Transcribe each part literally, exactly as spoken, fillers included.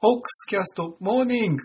ホークスキャストモーニング。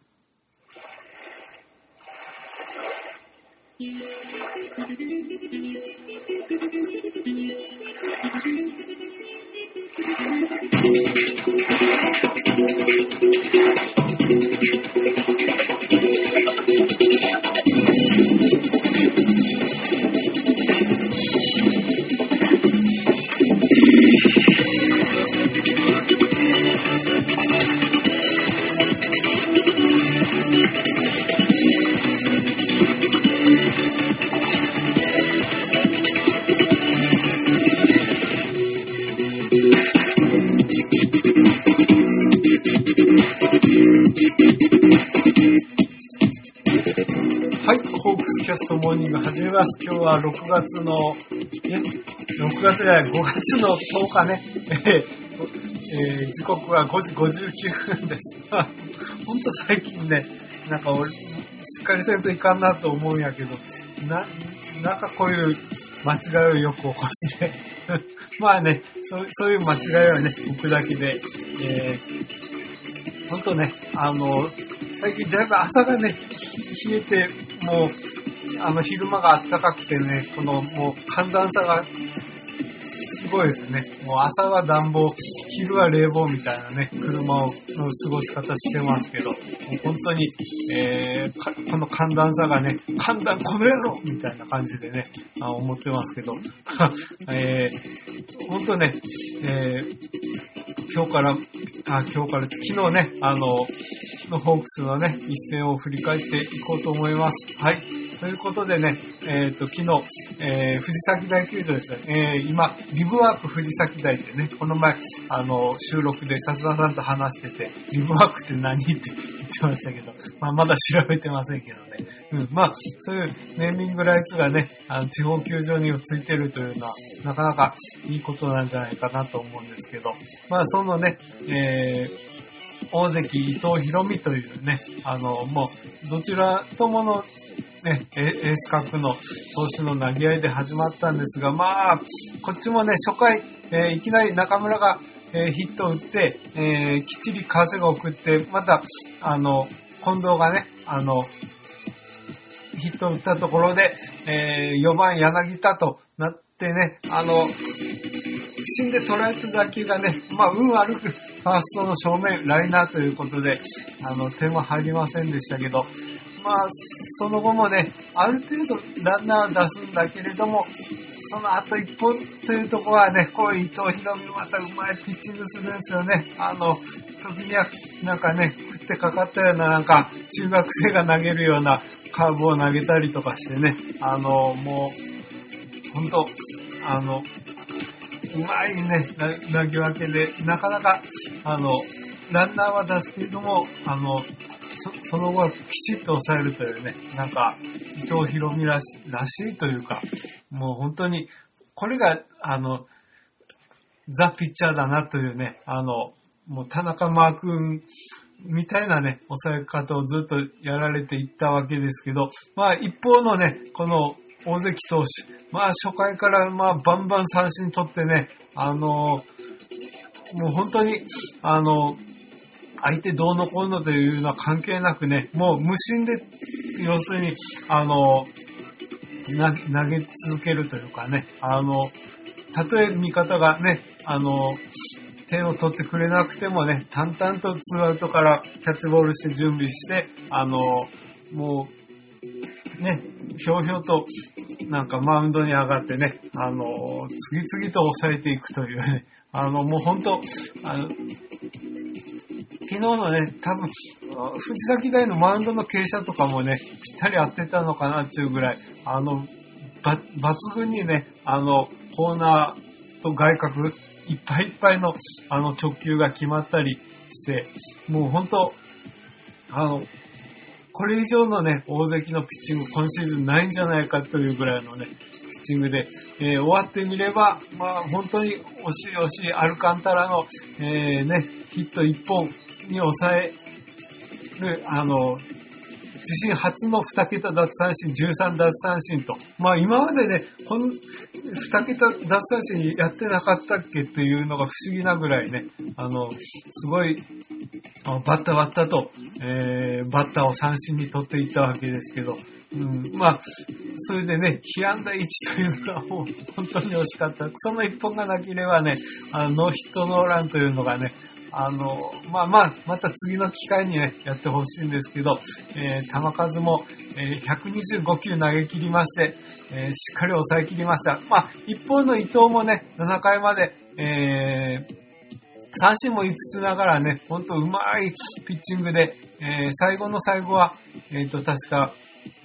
はい、ホークスキャストモーニング始めます。今日はろくがつの、え ?ろく 月じゃない、ごがつのとおかね。えーえー、時刻はごじごじゅうきゅうふんです。ほんと最近ね、なんか俺、しっかりせんといかんなと思うんやけど、な、なんかこういう間違いをよく起こして。まあね、そう、そういう間違いはね、僕だけで、えー、ほんとね、あの、最近だいぶ朝がね、冷えて、もう、あの、昼間が暖かくてね、この、もう寒暖差が、すごいですね。もう朝は暖房、昼は冷房みたいなね、車をの過ごし方してますけど、もう本当に、えー、この寒暖差がね、寒暖この野郎みたいな感じでね、あ思ってますけど、えー、本当ね、えー、今日から、あ、今日から、昨日ね、あの、のホークスのね、一戦を振り返っていこうと思います。はい。ということでね、えっと、昨日、えー、藤崎大球場ですね、えー、今、リブワーク藤崎大ってね、この前、あの、収録で笹田さんと話してて、リブワークって何って言ってましたけど、まあ、まだ調べてませんけどね。うん、まあ、そういうネーミングライツがね、あの、地方球場についてるというのは、なかなかいいことなんじゃないかなと思うんですけど、まあ、そのね、えー、大関伊藤博美というね、あの、もう、どちらともの、ね、エース格の投手の投げ合いで始まったんですが、まあ、こっちもね、初回、えー、いきなり中村が、えー、ヒットを打って、えー、きっちり川瀬が送って、また、あの、近藤がね、あの、ヒットを打ったところで、えー、よばん柳田となってね、あの、死んで捉えた打球がね、まあ、運悪く、ファーストの正面、ライナーということで、あの、点は入りませんでしたけど、まあ、その後もね、ある程度ランナー出すんだけれども、その後一本というところはね、こう伊藤博美またうまいピッチングするんですよね。あの、時にはなんかね、振ってかかったようななんか中学生が投げるようなカーブを投げたりとかしてね、あの、もう、ほんと、あの、うまいね、投げ分けで、なかなか、あの、ランナーは出すけれども、あの、そ, その後はきちっと抑えるというね、なんか、伊藤博美らしらしいというか、もう本当に、これが、あの、ザ・ピッチャーだなというね、あの、もう田中マー君みたいなね、抑え方をずっとやられていったわけですけど、まあ一方のね、この大関投手、まあ初回からまあバンバン三振取ってね、あの、もう本当に、あの、相手どうのこうのというのは関係なくね、もう無心で、要するに、あの、投げ続けるというかね、あの、たとえ味方がね、あの、点を取ってくれなくてもね、淡々とツーアウトからキャッチボールして準備して、あの、もう、ね、ひょうひょうとなんかマウンドに上がってね、あの、次々と抑えていくというね、あの、もう本当、あの、昨日のね、多分、藤崎大のマウンドの傾斜とかもね、ぴったり合ってたのかなっていうぐらい、あの、ば、抜群にね、あの、コーナーと外角、いっぱいいっぱいの、あの、直球が決まったりして、もう本当、あの、これ以上のね、大関のピッチング、今シーズンないんじゃないかというぐらいのね、ピッチングで、えー、終わってみれば、まあ、本当に惜しい惜しいアルカンタラの、えー、ね、ヒットいっぽんに抑える、あの、 自身初のに桁奪三振、じゅうさん奪三振と。まあ今までね、このに桁奪三振やってなかったっけっていうのが不思議なぐらいね、あの、すごい、バッタバッタと、えー、バッターを三振に取っていったわけですけど、うん、まあ、それでね、被安打いちというのがもう本当に惜しかった。そのいっぽんがなければね、あの、ノーヒットノーランというのがね、あの、まあまあ、また次の機会にね、やってほしいんですけど、えー、球数も、えー、ひゃくにじゅうごきゅう投げ切りまして、えー、しっかり抑え切りました。まあ、一方の伊藤もね、ななかいまで、えー、三振もいつつながらね、ほんとうまいピッチングで、えー、最後の最後は、えっと、確か、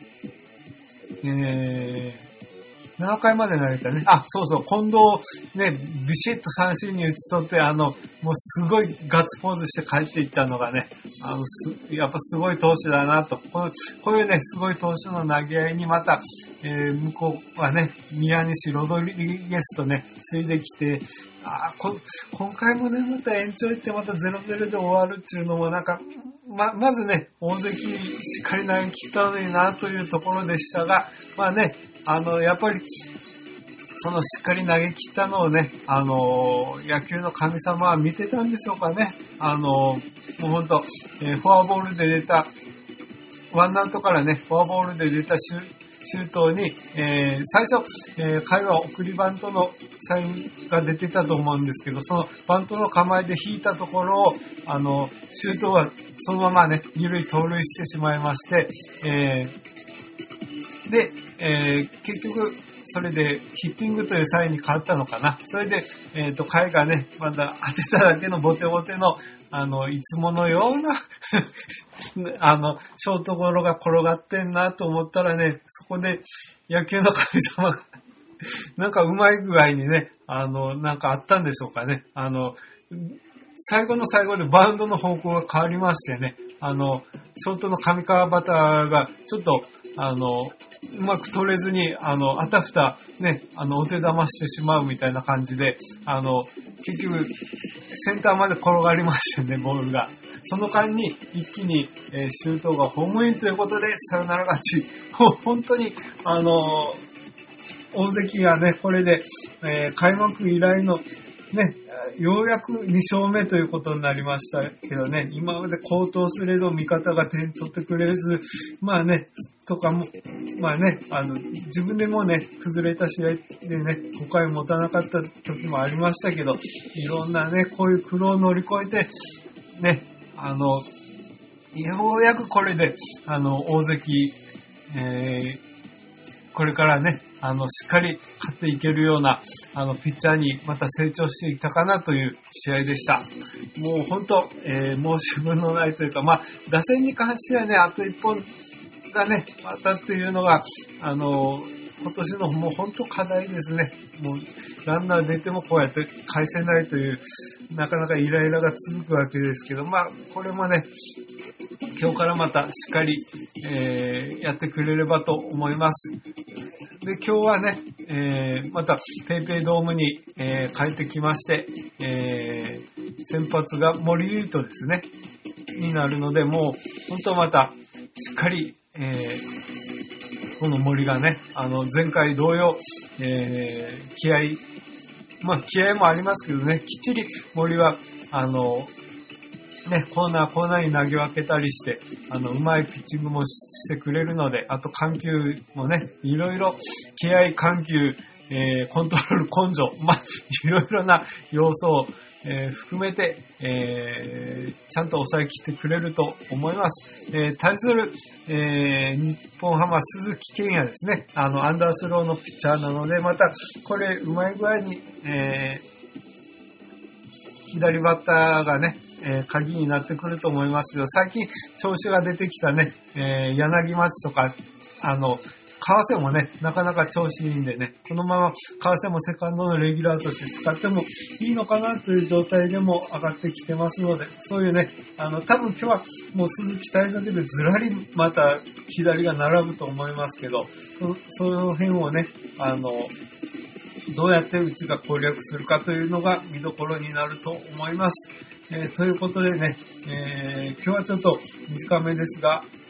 えー、ななかいまで投げたね。あ、そうそう、近藤ね、ビシッと三振に打ち取って、あの、もうすごいガッツポーズして帰っていったのがね、あの、すやっぱすごい投手だなと。このこういうね、すごい投手の投げ合いにまた、えー、向こうはね、宮西、ロドリゲスとね、ついできて、あこ今回もね、また延長いってまたゼロゼロで終わるっていうのもなんか、ま、まずね、大関しっかり投げ切ったのになというところでしたが、まあね、あの、やっぱり、そのしっかり投げ切ったのをね、あの、野球の神様は見てたんでしょうかね。あの、もうほんと、えー、フォアボールで出た、ワンアウトからね、フォアボールで出たシュシュートに、えー、最初、えー、彼は送りバントのサインが出てたと思うんですけど、そのバントの構えで引いたところを、あの、シュートはそのままね、二塁盗塁してしまいまして、えー、で、えー、結局、それでヒッティングというサインに変わったのかな。それで、えっと、彼がね、まだ当てただけのボテボテの、あの、いつものような、あの、ショートゴロが転がってんなと思ったらね、そこで野球の神様が、なんかうまい具合にね、あの、なんかあったんでしょうかね。あの、最後の最後でバウンドの方向が変わりましてね、あの、ショートの上川端がちょっと、あの、うまく取れずに、あの、あたふた、ね、あの、お手玉してしまうみたいな感じで、あの、結局、センターまで転がりましてね、ボールが。その間に、一気に、えー、シュートがホームインということで、サヨナラ勝ち。もう本当に、あの、大関がね、これで、えー、開幕以来の、ね、ようやくに勝目ということになりましたけどね、今まで高騰すれど味方が点取ってくれず、まあね、とかも、まあね、あの、自分でもね、崩れた試合でね、ごかい持たなかった時もありましたけど、いろんなね、こういう苦労を乗り越えて、ね、あの、ようやくこれで、あの、大関、えー、これからね、あの、しっかり勝っていけるような、あの、ピッチャーにまた成長していったかなという試合でした。もう本当、えー、申し分のないというか、まあ、打線に関してはね、あと一本がね、またっていうのが、あの、今年のもう本当課題ですね。もう、ランナー出てもこうやって返せないという、なかなかイライラが続くわけですけど、まあ、これもね、今日からまたしっかり、えー、やってくれればと思います。で、今日はね、えー、またペイペイドームに、えー、帰ってきまして、えー、先発が森唯斗ですね、になるので、もう本当またしっかり、えー、この森がね、あの前回同様、えー、気合い、まあ気合いもありますけどね、きっちり森はあのね、コーナー、コーナーに投げ分けたりして、あの、うまいピッチングもしてくれるので、あと緩急もね、いろいろ、気合、緩急、えー、コントロール、根性、まあ、いろいろな要素を、えー、含めて、えー、ちゃんと抑え切ってくれると思います。えー、対する、えー、日本ハム鈴木健也ですね、あの、アンダースローのピッチャーなので、また、これ、うまい具合に、えー、左バッターがね、えー、鍵になってくると思いますけど、最近調子が出てきたね、えー、柳町とか、あの、川瀬もね、なかなか調子いいんでね、このまま川瀬もセカンドのレギュラーとして使ってもいいのかなという状態でも上がってきてますので、そういうね、あの、多分今日はもう鈴木対策でずらりまた左が並ぶと思いますけど、そ, その辺をね、あの、どうやってうちが攻略するかというのが見どころになると思います。えー、ということでね、えー、今日はちょっと短めですが、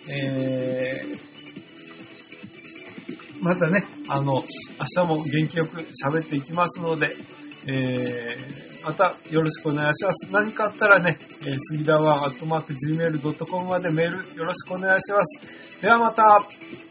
えー、またね、あの、明日も元気よく喋っていきますので、えー、またよろしくお願いします。何かあったらね、えー、杉田はアットマーク ジーメールドットコム までメールよろしくお願いします。ではまた。